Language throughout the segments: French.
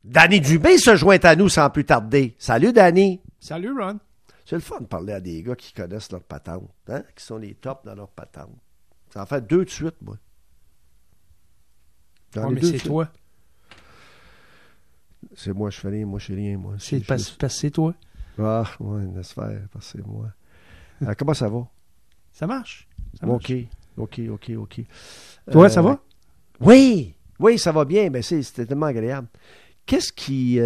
Danny Dubé se joint à nous sans plus tarder. Salut, Danny. Salut, Ron. C'est le fun de parler à des gars qui connaissent leur patente, hein? Qui sont les tops dans leur patente. Ça en fait 2 de suite, moi. Mais c'est toi. C'est moi, je fais rien, moi, je fais rien, moi. C'est parce que c'est toi. Ah, ouais, laisse faire, parce que c'est moi. Comment ça va? Ça marche. OK. Toi, ça va? Oui, ça va bien. Ben, c'était tellement agréable. Qu'est-ce qui...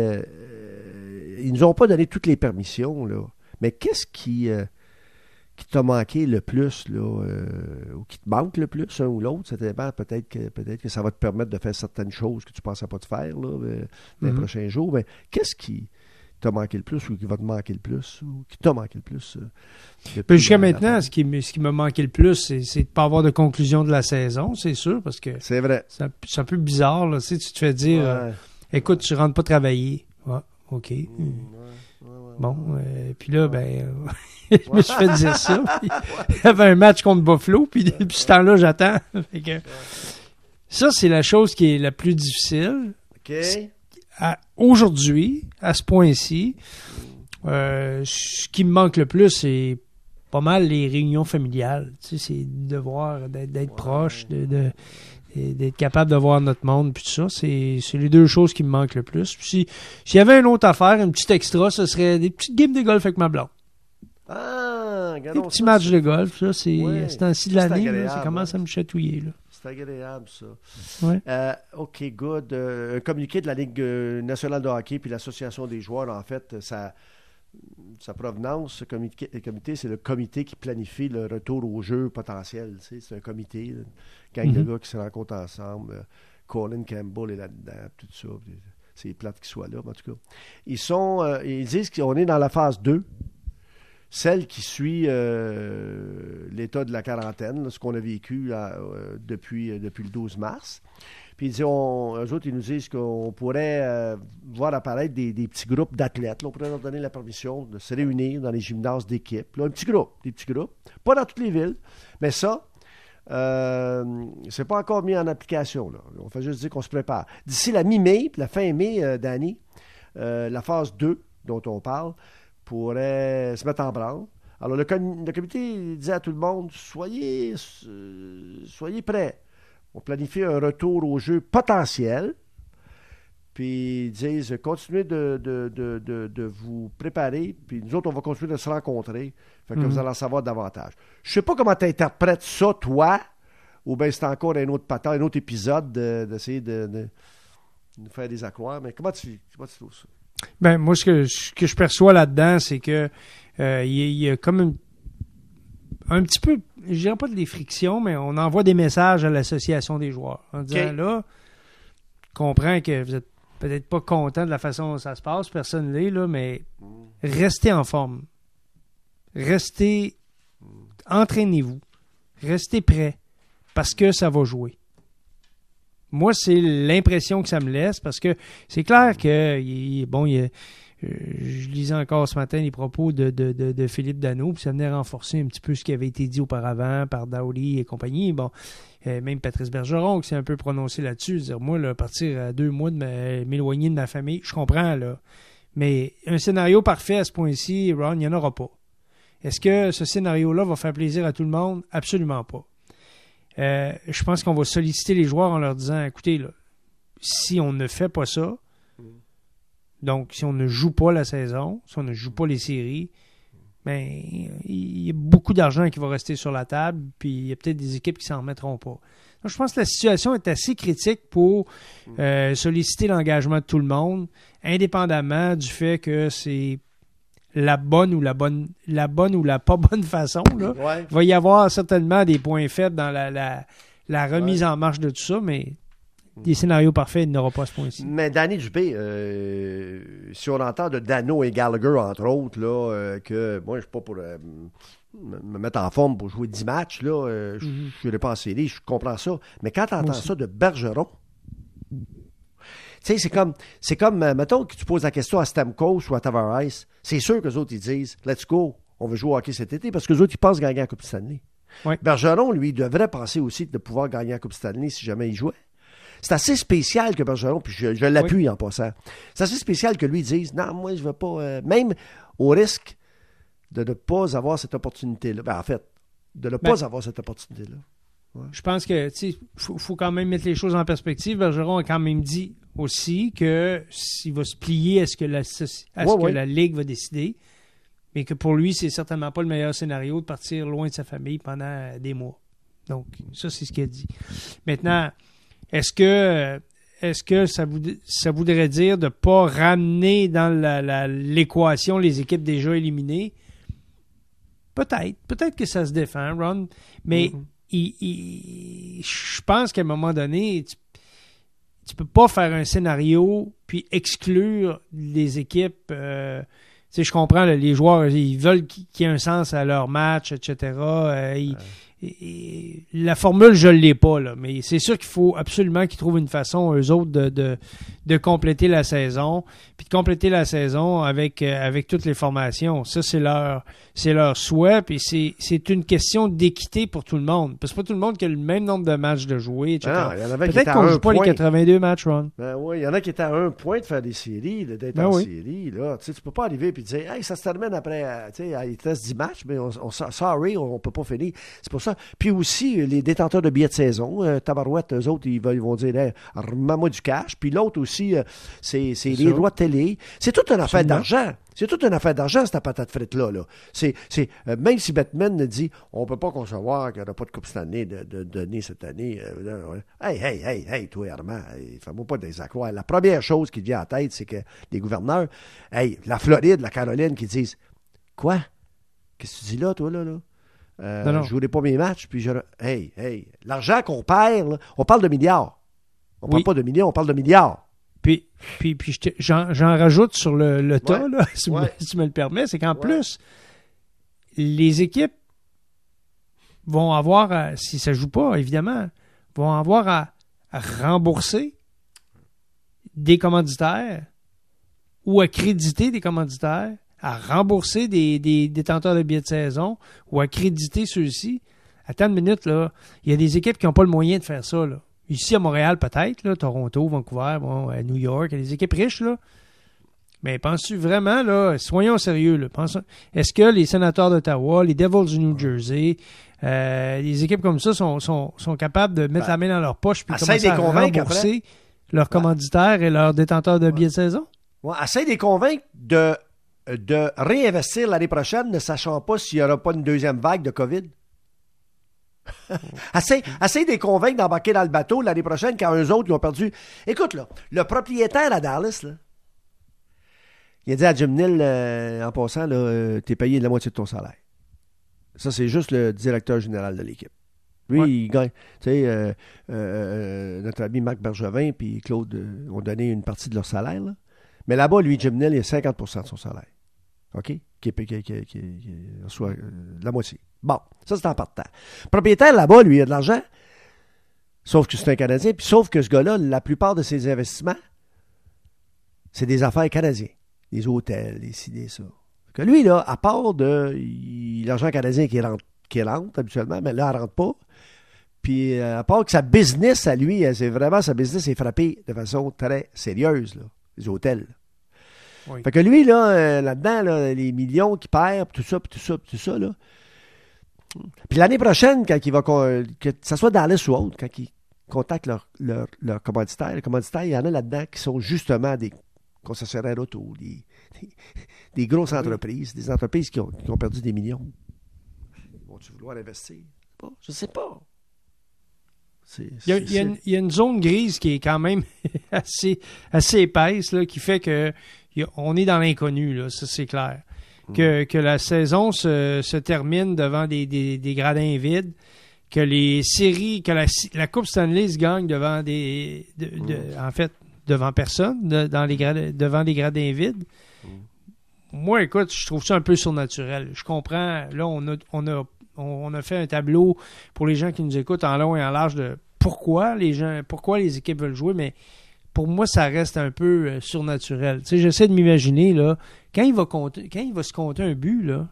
ils nous ont pas donné toutes les permissions, là. Mais qu'est-ce qui t'a manqué le plus, là, ou qui te manque le plus, un ou l'autre? Ça dépend, peut-être que ça va te permettre de faire certaines choses que tu ne pensais pas de faire là, dans les prochains jours. Mais qu'est-ce qui t'a manqué le plus ou qui va te manquer le plus ou qui t'a manqué le plus? Jusqu'à maintenant, ce qui m'a manqué le plus, c'est de ne pas avoir de conclusion de la saison, c'est sûr, parce que c'est vrai. C'est un peu bizarre. Là, tu te fais dire, écoute, tu ne rentres pas travailler. Ouais, OK. Bon, puis là, je me suis fait dire ça. Il y avait un match contre Buffalo, puis depuis ce temps-là, j'attends. Ça, c'est la chose qui est la plus difficile. OK. Aujourd'hui, à ce point-ci, ce qui me manque le plus, c'est pas mal les réunions familiales. Tu sais, c'est de voir, d'être proche, d'être capable de voir notre monde, puis tout ça. C'est les 2 choses qui me manquent le plus. Puis s'il y avait une autre affaire, une petite extra, ce serait des petites games de golf avec ma blonde. Des petits matchs de golf, ça, c'est ce temps-ci de l'année, ça commence à me chatouiller. Là. C'est agréable, ça. Ouais. OK, good. Un communiqué de la Ligue nationale de hockey puis l'Association des joueurs, en fait, sa provenance, ce comité, c'est le comité qui planifie le retour au jeu potentiel. Tu sais, c'est un comité, une gang de gars qui se rencontrent ensemble. Colin Campbell est là-dedans, tout ça. C'est plate qu'ils soient là, mais en tout cas. Ils disent qu'on est dans la phase 2. Celle qui suit l'état de la quarantaine, là, ce qu'on a vécu depuis le 12 mars. Puis eux autres, ils nous disent qu'on pourrait voir apparaître des petits groupes d'athlètes. Là, on pourrait leur donner la permission de se réunir dans les gymnases d'équipe. Là, des petits groupes. Pas dans toutes les villes, mais ça, c'est pas encore mis en application. Là. On fait juste dire qu'on se prépare. D'ici la mi-mai, puis la fin mai, Danny, la phase 2 dont on parle, pourrait se mettre en branle. Alors, le comité disait à tout le monde, soyez prêts. On planifie un retour au jeu potentiel. Puis, ils disent, continuez de vous préparer. Puis, nous autres, on va continuer de se rencontrer. Fait que vous allez en savoir davantage. Je sais pas comment tu interprètes ça, toi, ou bien c'est encore un autre épisode d'essayer de nous faire des accroires. Mais comment tu trouves ça? Ben, moi, ce que je perçois là-dedans, c'est que il y a comme un petit peu, je dirais pas des frictions, mais on envoie des messages à l'association des joueurs en disant, là, comprends que vous êtes peut-être pas content de la façon dont ça se passe, personne l'est, là, mais restez en forme. Entraînez-vous. Restez prêts, parce que ça va jouer. Moi, c'est l'impression que ça me laisse, parce que c'est clair que, je lisais encore ce matin les propos de Philippe Danault, puis ça venait renforcer un petit peu ce qui avait été dit auparavant par Dowdy et compagnie. Bon, même Patrice Bergeron qui s'est un peu prononcé là-dessus, dire moi, là, partir à 2 mois de m'éloigner de ma famille, je comprends, là. Mais un scénario parfait à ce point-ci, Ron, il n'y en aura pas. Est-ce que ce scénario-là va faire plaisir à tout le monde? Absolument pas. Je pense qu'on va solliciter les joueurs en leur disant, écoutez, là, si on ne fait pas ça, donc si on ne joue pas la saison, si on ne joue pas les séries, ben il y a beaucoup d'argent qui va rester sur la table, puis il y a peut-être des équipes qui s'en remettront pas. Donc, je pense que la situation est assez critique pour solliciter l'engagement de tout le monde, indépendamment du fait que c'est la bonne ou la pas bonne façon. Là. Ouais. Il va y avoir certainement des points faibles dans la remise en marche de tout ça, mais des scénarios parfaits, il n'aura pas à ce point-ci. Mais Danny Dubé, si on entend de Dano et Gallagher, entre autres, là, que moi, je ne suis pas pour me mettre en forme pour jouer 10 matchs, là, je n'irai pas en série, je comprends ça. Mais quand tu entends ça de Bergeron, tu sais, c'est comme, mettons que tu poses la question à Stamkos ou à Tavares, c'est sûr qu'eux autres, ils disent, let's go, on veut jouer au hockey cet été, parce qu'eux autres, ils pensent gagner la Coupe Stanley. Ouais. Bergeron, lui, devrait penser aussi de pouvoir gagner la Coupe Stanley si jamais il jouait. c'est assez spécial que Bergeron, puis je l'appuie en passant, c'est assez spécial que lui dise, non, moi, je veux pas, même au risque de ne pas avoir cette opportunité-là. Ben, en fait, de ne pas avoir cette opportunité-là. Ouais. Je pense que, tu sais, faut quand même mettre les choses en perspective. Bergeron a quand même dit aussi que s'il va se plier à ce que la Ligue va décider, mais que pour lui, c'est certainement pas le meilleur scénario de partir loin de sa famille pendant des mois. Donc, ça, c'est ce qu'il a dit. Maintenant, est-ce que ça voudrait dire de ne pas ramener dans l'équation les équipes déjà éliminées? Peut-être. Peut-être que ça se défend, Ron. Mais je pense qu'à un moment donné, tu peux pas faire un scénario puis exclure les équipes. Tu sais, je comprends, là, les joueurs, ils veulent qu'il y ait un sens à leur match, etc. La formule, je ne l'ai pas, là, mais c'est sûr qu'il faut absolument qu'ils trouvent une façon, eux autres, de compléter la saison, puis de compléter la saison avec toutes les formations. Ça, c'est leur souhait, puis c'est une question d'équité pour tout le monde. Parce que c'est pas tout le monde qui a le même nombre de matchs de jouer, etc. Peut-être qu'on ne joue pas les 82 matchs, Ron. Ben oui, il y en a qui étaient à un point de faire des séries, d'être en série. Là. Tu peux pas arriver et dire, hey, ça se termine après, il te reste 10 matchs, mais sorry, on peut pas finir. C'est pour ça. Puis aussi, les détenteurs de billets de saison, tabarouette, eux autres, ils vont dire, hey, remets-moi du cash. Puis l'autre aussi, c'est les droits de télé. C'est toute une affaire d'argent. C'est toute une affaire d'argent, cette patate frite-là. Là. Même si Batman dit on ne peut pas concevoir qu'il n'y aura pas de Coupe Stanley de donner cette année. Hey, toi, Armand, fais-moi pas des accroires. La première chose qui te vient à la tête, c'est que les gouverneurs, la Floride, la Caroline, qui disent quoi? Qu'est-ce que tu dis là, toi, là? Je ne jouerai pas mes matchs, puis l'argent qu'on perd, là, on parle de milliards. On ne parle pas de millions, on parle de milliards. Puis j'en rajoute sur le tas, là, si tu me le permets, c'est qu'en plus, les équipes vont avoir, si ça ne joue pas, évidemment, vont avoir à rembourser des commanditaires ou à créditer des commanditaires, à rembourser des détenteurs de billets de saison ou à créditer ceux-ci. Attends une minute, là. Il y a des équipes qui n'ont pas le moyen de faire ça, là. Ici, à Montréal, peut-être, là, Toronto, Vancouver, à New York, il y a des équipes riches, là. Mais penses-tu vraiment, là, soyons sérieux, là, est-ce que les Sénateurs d'Ottawa, les Devils du New Jersey, les équipes comme ça sont capables de mettre la main dans leur poche puis commencer à rembourser leurs commanditaires et leurs détenteurs de billets de saison? Ouais, essaye de les convaincre de réinvestir l'année prochaine, ne sachant pas s'il n'y aura pas une deuxième vague de COVID. Essaye de les convaincre d'embarquer dans le bateau l'année prochaine quand eux autres ils ont perdu. Écoute, là, le propriétaire à Dallas, là, il a dit à Jim Nill, en passant, t'es payé de la moitié de ton salaire. Ça, c'est juste le directeur général de l'équipe. Lui, il gagne. Tu sais, notre ami Marc Bergevin et Claude ont donné une partie de leur salaire. Là. Mais là-bas, lui, Jim Nill, il a 50% de son salaire. OK? Qui reçoit la moitié. Bon, ça, c'est en partant. Le propriétaire, là-bas, lui, il a de l'argent. Sauf que c'est un Canadien. Puis sauf que ce gars-là, la plupart de ses investissements, c'est des affaires canadiennes. Des hôtels, des ci, des ça. Que lui, là, à part de l'argent canadien qui rentre habituellement, mais là, elle ne rentre pas. Puis à part que sa business, à lui, sa business est frappée de façon très sérieuse, là, les hôtels. Oui. Fait que lui, là, là-dedans, là, les millions qu'il perd, tout ça, là. Puis l'année prochaine, quand il va, que ça soit Dallas ou autre, quand ils contactent leur commanditaire, les commanditaires, il y en a là-dedans qui sont justement des concessionnaires auto, des grosses entreprises, des entreprises qui ont perdu des millions. Vont-tu vouloir investir? Je ne sais pas. Il y a une zone grise qui est quand même assez épaisse, là, qui fait que on est dans l'inconnu, là, ça c'est clair. Que la saison se termine devant des gradins vides, que les séries, que la Coupe Stanley se gagne devant en fait, devant personne, devant des gradins vides. Moi, écoute, je trouve ça un peu surnaturel. Je comprends, là, on a fait un tableau pour les gens qui nous écoutent en long et en large de pourquoi les équipes veulent jouer, mais pour moi, ça reste un peu surnaturel. Tu sais, j'essaie de m'imaginer, là, quand il va se compter un but, là,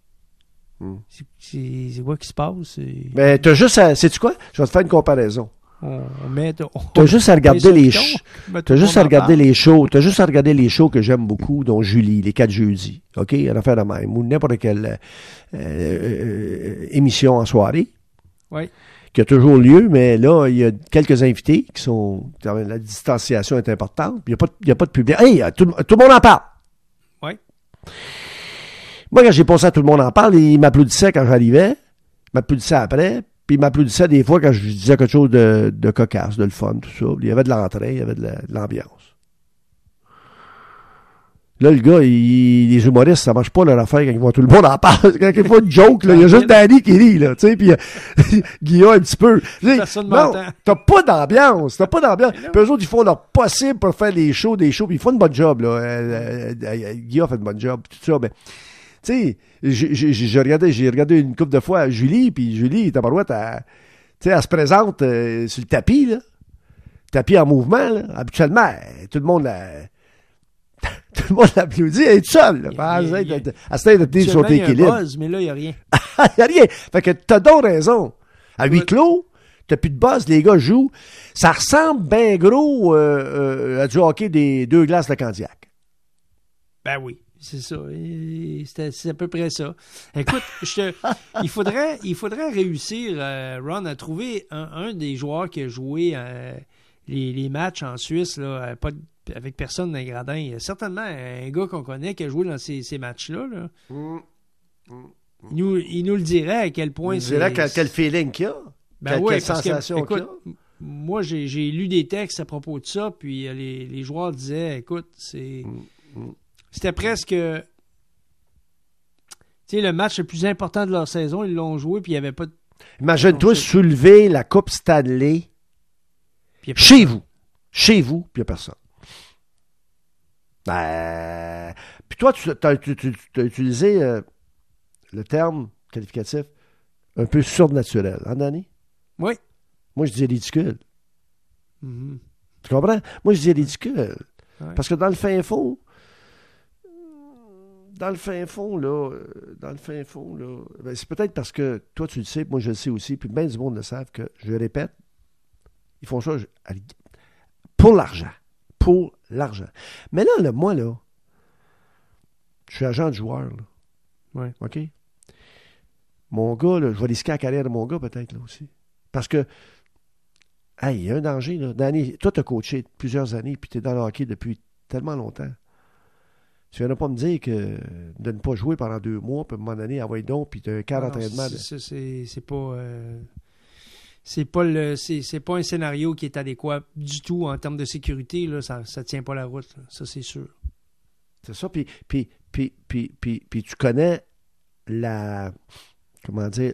c'est quoi qui se passe? Mais t'as juste sais-tu quoi? Je vais te faire une comparaison. On met... T'as juste à regarder les shows. T'as juste à regarder les les shows que j'aime beaucoup, dont Julie, les 4 jeudis. OK? Une affaire de même. Ou n'importe quelle émission en soirée. Oui. Qui a toujours lieu, mais là, il y a quelques invités qui sont... La distanciation est importante. Il n'y a pas de public. Hey, tout le monde en parle. Oui. Moi, quand j'ai pensé à tout le monde en parle, il m'applaudissait quand j'arrivais. Il m'applaudissait après. Puis il m'applaudissait des fois quand je disais quelque chose de cocasse, de le fun, tout ça. Il y avait de l'entrain, il y avait de l'ambiance. Là, le gars, les humoristes, ça marche pas leur affaire quand ils voient tout le monde en parle. Quand ils font une joke, là, il y a juste Danny qui rit, là, tu sais, puis Guillaume un petit peu. Personne non, m'entend. t'as pas d'ambiance. Puis eux autres, ils font leur possible pour faire des shows, puis ils font une bonne job, là. Guillaume fait une bonne job, tout ça, mais... Tu sais, j'ai regardé une couple de fois Julie, puis Julie, tabarouette, elle se présente sur le tapis, là. Tapis en mouvement, là. Habituellement, tout le monde l'applaudit, elle est toute seule, là. Elle s'est de sur son équilibre. Il y a un buzz, mais là, il n'y a rien. Il n'y a rien. Fait que t'as donc raison. À huis clos, t'as plus de buzz, les gars jouent. Ça ressemble bien gros à du hockey des 2 glaces de Candiac. Ben oui. C'est ça. C'est à peu près ça. Écoute, il faudrait réussir, Ron, à trouver un des joueurs qui a joué les matchs en Suisse, là, avec personne dans les gradins. Il y a certainement un gars qu'on connaît qui a joué dans ces matchs-là. Là. Il nous le dirait à quel point c'est... Il nous dirait quel feeling qu'il y a. Ben quelle sensation qu'il y a. Moi, j'ai lu des textes à propos de ça, puis les joueurs disaient, écoute, c'était presque, tu sais, le match le plus important de leur saison, ils l'ont joué, puis il n'y avait pas de... Imagine-toi soulever la Coupe Stanley chez vous, puis il n'y a personne. Puis toi, tu as utilisé le terme qualificatif un peu surnaturel, hein, Danny? Oui. Moi, je disais ridicule. Mm-hmm. Tu comprends? Moi, je disais ridicule. Ouais. Parce que dans le fin fond, là, ben c'est peut-être parce que toi, tu le sais, moi, je le sais aussi, puis bien du monde le savent que, je le répète, ils font ça pour l'argent. Pour l'argent. Mais là, moi, là, je suis agent de joueur, là. Ouais. OK? Mon gars, là, je vais risquer la carrière de mon gars, peut-être, là, aussi. Parce que, hey, il y a un danger, là. Danny, toi, tu as coaché plusieurs années, puis tu es dans le hockey depuis tellement longtemps. Tu viens pas me dire que de ne pas jouer pendant 2 mois, puis à un moment donné, envoyer donc, puis tu as un quart d'entraînement. C'est pas un scénario qui est adéquat du tout en termes de sécurité. Là, ça tient pas la route. Là. Ça, c'est sûr. C'est ça. Puis tu connais comment dire,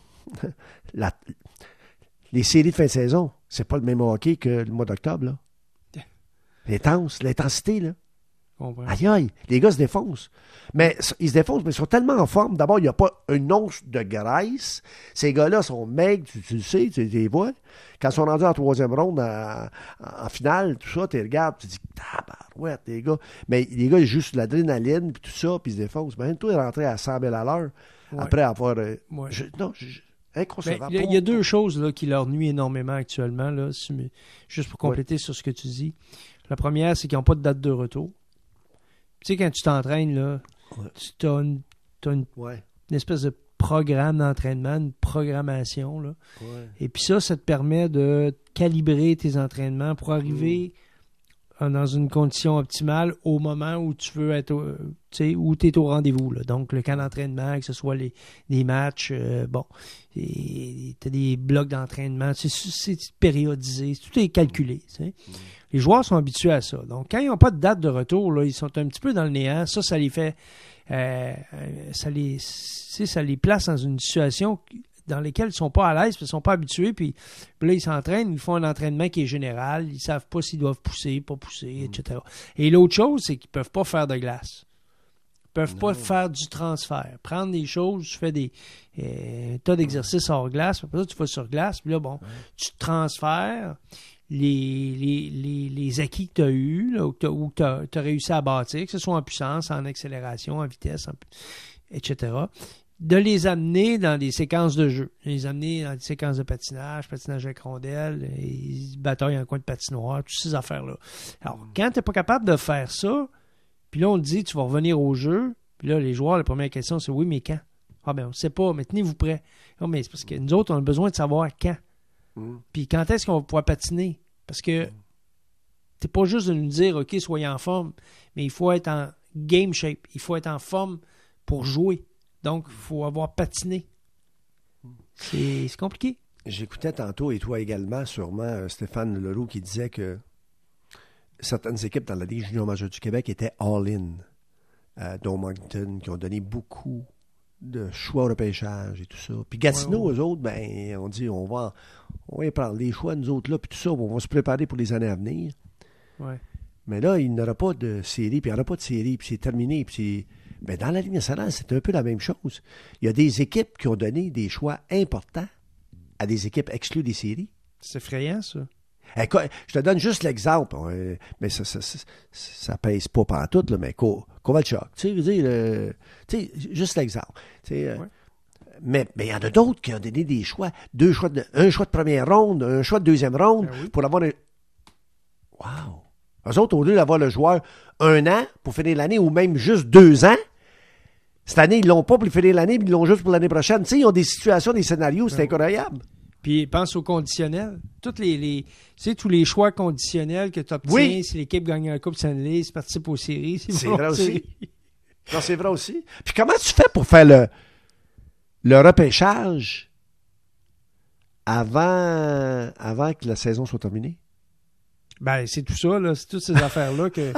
les séries de fin de saison. C'est pas le même hockey que le mois d'octobre, là. L'intensité, là. Aïe, aïe, les gars se défoncent. Mais ils se défoncent, mais ils sont tellement en forme. D'abord, il n'y a pas une once de graisse. Ces gars-là sont maigres, tu le sais, tu les vois. Quand ils sont rendus en 3e ronde, en finale, tout ça, tu les regardes, tu te dis, tabarouette, les gars. Mais les gars, ils jouent sur l'adrénaline, puis tout ça, puis ils se défoncent. Imagine-toi, ils rentraient à 100 000 à l'heure, après avoir... inconcevable. Il y a 2 choses là, qui leur nuisent énormément actuellement, là, juste pour compléter sur ce que tu dis. La première, c'est qu'ils n'ont pas de date de retour. Tu sais, quand tu t'entraînes, là, tu as une espèce de programme d'entraînement, une programmation. Là. Ouais. Et puis ça te permet de calibrer tes entraînements pour arriver dans une condition optimale au moment où tu veux être, où tu es au rendez-vous. Là. Donc, le camp d'entraînement, que ce soit les matchs, tu as des blocs d'entraînement, c'est périodisé, tout est calculé. Les joueurs sont habitués à ça. Donc, quand ils n'ont pas de date de retour, là, ils sont un petit peu dans le néant. Ça les fait... ça les place dans une situation dans laquelle ils ne sont pas à l'aise, parce qu'ils ne sont pas habitués. Puis là, ils s'entraînent, ils font un entraînement qui est général. Ils ne savent pas s'ils doivent pousser, pas pousser, etc. Et l'autre chose, c'est qu'ils ne peuvent pas faire de glace. Ils ne peuvent pas faire du transfert. Prendre des choses, tu fais des tas d'exercices hors glace, après ça, tu vas sur glace, puis là, tu te transfères les acquis que tu as eus, là, ou que tu as réussi à bâtir, que ce soit en puissance, en accélération, en vitesse, etc. de les amener dans des séquences de jeu. Les amener dans des séquences de patinage avec rondelle, ils bataillent en coin de patinoire, toutes ces affaires-là. Alors, quand tu n'es pas capable de faire ça, puis là, on te dit, tu vas revenir au jeu, puis là, les joueurs, la première question, c'est oui, mais quand? Ah ben, on ne sait pas, mais tenez-vous prêts. Non, mais c'est parce que nous autres, on a besoin de savoir quand. Puis quand est-ce qu'on va pouvoir patiner? Parce que c'est pas juste de nous dire, OK, soyez en forme, mais il faut être en game shape. Il faut être en forme pour jouer. Donc, il faut avoir patiné. C'est compliqué. J'écoutais tantôt, et toi également, sûrement, Stéphane Leroux qui disait que certaines équipes dans la Ligue junior majeure du Québec étaient all-in, dont Moncton, qui ont donné beaucoup de choix au repêchage et tout ça. Puis Gatineau, eux autres, ben, on dit, on va y prendre les choix, nous autres, là, puis tout ça, on va se préparer pour les années à venir. Ouais. Mais là, il n'y aura pas de série, puis il n'y aura pas de série, puis c'est terminé, puis c'est... Ben, dans la Ligue nationale, c'est un peu la même chose. Il y a des équipes qui ont donné des choix importants à des équipes exclues des séries. C'est effrayant, ça. Écoute, je te donne juste l'exemple, mais ça pèse pas pantoute, là, mais Kovalchuk, tu sais, je veux dire, juste l'exemple. Mais il y en a d'autres qui ont donné des choix, un choix de première ronde, un choix de deuxième ronde, pour avoir Wow! Eux autres, au lieu d'avoir le joueur 1 an pour finir l'année, ou même juste 2 ans, cette année, ils l'ont pas pour finir l'année, mais ils l'ont juste pour l'année prochaine. Tu sais, ils ont des situations, des scénarios, c'est incroyable. Puis pense au conditionnel. Tous les choix conditionnels que tu obtiens, si l'équipe gagne la Coupe Stanley, participe aux séries. C'est vrai aussi. Non, c'est vrai aussi. Puis comment tu fais pour faire le repêchage avant que la saison soit terminée? Ben, c'est tout ça, là. C'est toutes ces affaires-là que...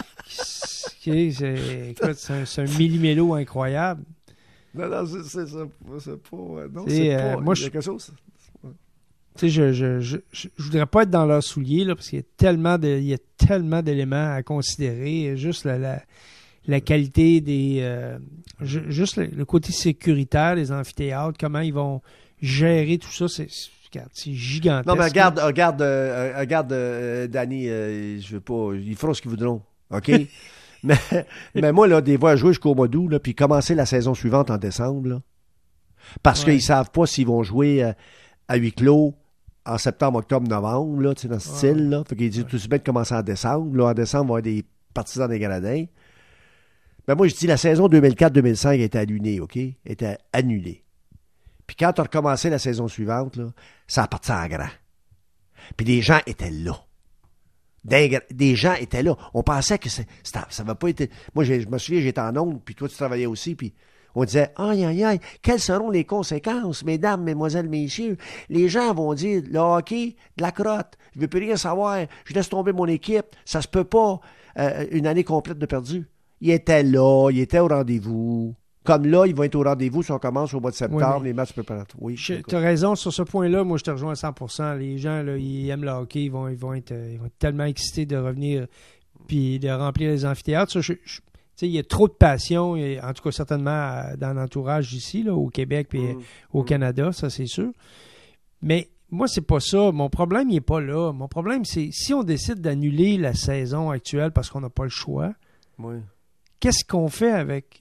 c'est un millimélo incroyable. Non, c'est pas... Non, c'est pas... Moi, il y a quelque chose... Tu sais, je voudrais pas être dans leurs souliers, là, parce qu'il y a tellement d'éléments à considérer. Juste la qualité des... juste le côté sécuritaire des amphithéâtres, comment ils vont gérer tout ça, c'est gigantesque. Non, mais regarde, Danny, je veux pas... Ils feront ce qu'ils voudront, OK? mais moi, là, des fois, jouer jusqu'au mois d'août, là, puis commencer la saison suivante en décembre, là, parce qu'ils savent pas s'ils vont jouer à huis clos en septembre, octobre, novembre, là, tu sais, dans ce style, là. Fait qu'ils disent tout de suite de commencer en décembre. Là, en décembre, il va y avoir des partisans des Grenadins. Ben moi, je dis la saison 2004-2005 était annulée, OK? Était annulée. Puis quand tu as recommencé la saison suivante, là, ça a parti en grand. Puis des gens étaient là. Des gens étaient là. On pensait que ça n'avait pas été... Moi, je me souviens, j'étais en onde, puis toi, tu travaillais aussi, puis on disait, aïe, quelles seront les conséquences, mesdames, mesdemoiselles, messieurs? Les gens vont dire, le hockey, de la crotte, je ne veux plus rien savoir, je laisse tomber mon équipe, ça se peut pas, une année complète de perdu. Ils étaient là, ils étaient au rendez-vous. Comme là, ils vont être au rendez-vous si on commence au mois de septembre, les matchs préparatoires. Oui, tu as raison, sur ce point-là, moi je te rejoins à 100%. Les gens, là, ils aiment le hockey, ils vont être tellement excités de revenir puis de remplir les amphithéâtres. Il y a trop de passion, en tout cas certainement dans l'entourage ici, là, au Québec et au Canada, ça c'est sûr. Mais moi, c'est pas ça. Mon problème, il n'est pas là. Mon problème, c'est si on décide d'annuler la saison actuelle parce qu'on n'a pas le choix, qu'est-ce qu'on fait avec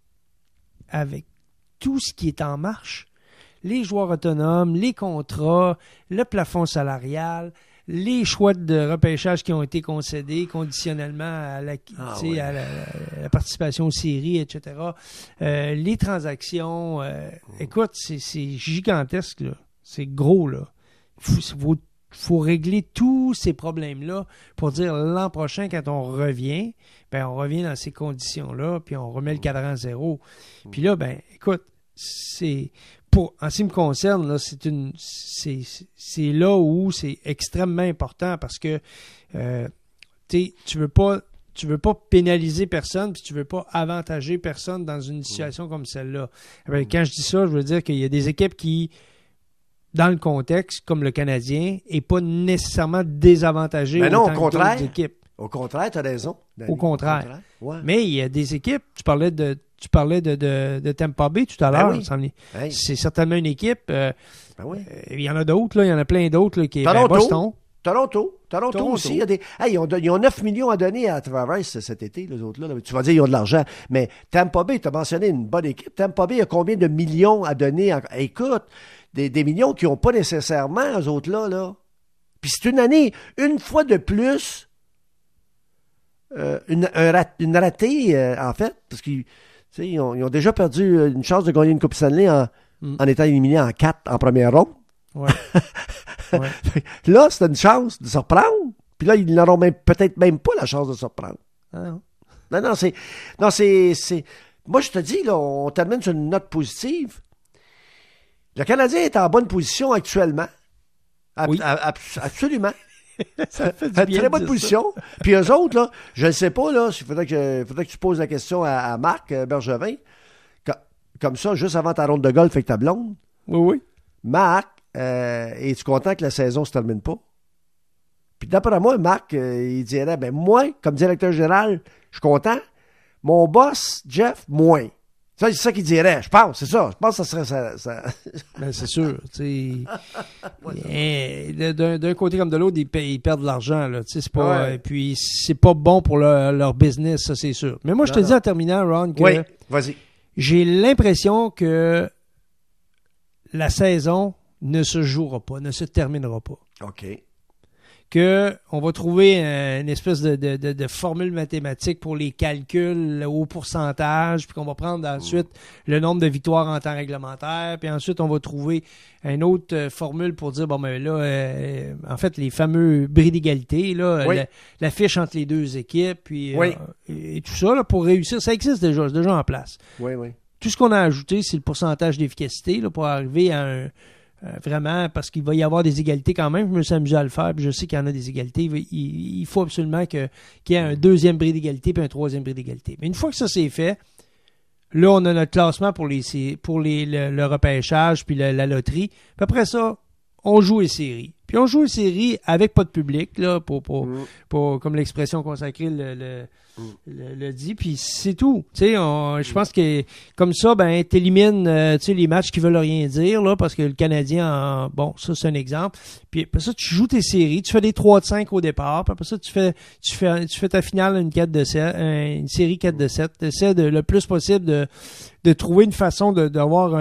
tout ce qui est en marche? Les joueurs autonomes, les contrats, le plafond salarial, les choix de repêchage qui ont été concédés conditionnellement à la participation aux séries, etc. Les transactions. Écoute, c'est gigantesque, là. C'est gros, là. Il faut régler tous ces problèmes-là pour dire l'an prochain, quand on revient, ben on revient dans ces conditions-là, puis on remet le cadran à zéro. Puis là, ben écoute, en ce qui me concerne, là, c'est là où c'est extrêmement important parce que tu veux pas pénaliser personne puis tu veux pas avantager personne dans une situation comme celle-là. Ben, quand je dis ça, je veux dire qu'il y a des équipes qui, dans le contexte, comme le Canadien, n'est pas nécessairement désavantagé. Mais non, au contraire. Au contraire, tu as raison. Au contraire. Ouais. Mais il y a des équipes, tu parlais de Tampa Bay tout à l'heure. C'est certainement une équipe. Il y en a d'autres, là, il y en a plein d'autres là, qui est Boston. Toronto aussi. Il y a ils ont 9 millions à donner à Tavares cet été, les autres. Là. Tu vas dire, ils ont de l'argent. Mais Tampa Bay, tu as mentionné une bonne équipe. Tampa Bay a combien de millions à donner? Écoute, des millions qui n'ont pas nécessairement, eux autres là. Puis c'est une année, une fois de plus, une ratée, en fait, parce qu'ils ont déjà perdu une chance de gagner une Coupe Stanley en étant éliminés en 4 en première ronde. Ouais. Ouais. Là, c'était une chance de se reprendre. Puis là, ils n'auront peut-être même pas la chance de se reprendre. Ah non. Non, c'est... Moi, je te dis, là, on termine sur une note positive. Le Canadien est en bonne position actuellement. Oui. Absolument. Ça fait du bien. Très bonne position. Puis eux autres, là, je ne sais pas, là, il faudrait que tu poses la question à Marc Bergevin. Comme ça, juste avant ta ronde de golf avec ta blonde. Oui. Marc, es-tu content que la saison ne se termine pas? Puis d'après moi, Marc, il dirait, moi, comme directeur général, je suis content. Mon boss, Jeff, moins. C'est ça qu'il dirait, je pense, c'est ça. Je pense que ça serait ça. C'est sûr. D'un côté comme de l'autre, ils perdent de l'argent. Là, c'est pas, ouais. Puis c'est pas bon pour leur business, ça c'est sûr. Mais moi, je te dis en terminant, Ron, que vas-y. J'ai l'impression que la saison ne se jouera pas, ne se terminera pas. OK. Qu'on va trouver une espèce de formule mathématique pour les calculs au pourcentage, puis qu'on va prendre ensuite le nombre de victoires en temps réglementaire, puis ensuite on va trouver une autre formule pour dire, en fait, les fameux bris d'égalité, là, la fiche entre les deux équipes, puis et tout ça, là, pour réussir, ça existe déjà, c'est déjà en place. Oui. Tout ce qu'on a ajouté, c'est le pourcentage d'efficacité là, pour arriver à vraiment, parce qu'il va y avoir des égalités quand même. Je me suis amusé à le faire, puis je sais qu'il y en a des égalités. Il faut absolument qu'il y ait un deuxième bris d'égalité puis un troisième bris d'égalité. Mais une fois que ça c'est fait, là, on a notre classement pour le repêchage puis la loterie. Puis après ça, on joue les séries. Puis on joue les séries avec pas de public, là, pour comme l'expression consacrée le dit, puis c'est tout. Je pense que comme ça, t'élimines les matchs qui veulent rien dire, là, parce que le Canadien, ça c'est un exemple. Puis après ça, tu joues tes séries, tu fais des 3-5 au départ, puis après ça, tu fais ta finale une 4-7, une série 4-7. Tu essaies le plus possible de trouver une façon d'avoir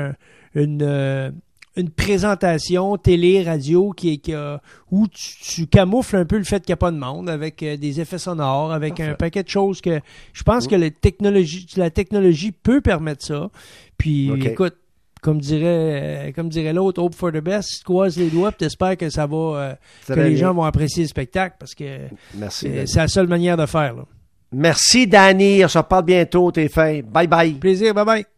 une présentation télé, radio où tu camoufles un peu le fait qu'il n'y a pas de monde avec des effets sonores, avec un paquet de choses que je pense que la technologie peut permettre ça. Puis écoute, comme dirait l'autre, hope for the best, croise les doigts, puis t'espères que ça va que les gens vont apprécier le spectacle parce que c'est la seule manière de faire. Là. Merci Danny, on se reparle bientôt, t'es fin. Bye bye. Plaisir, bye bye.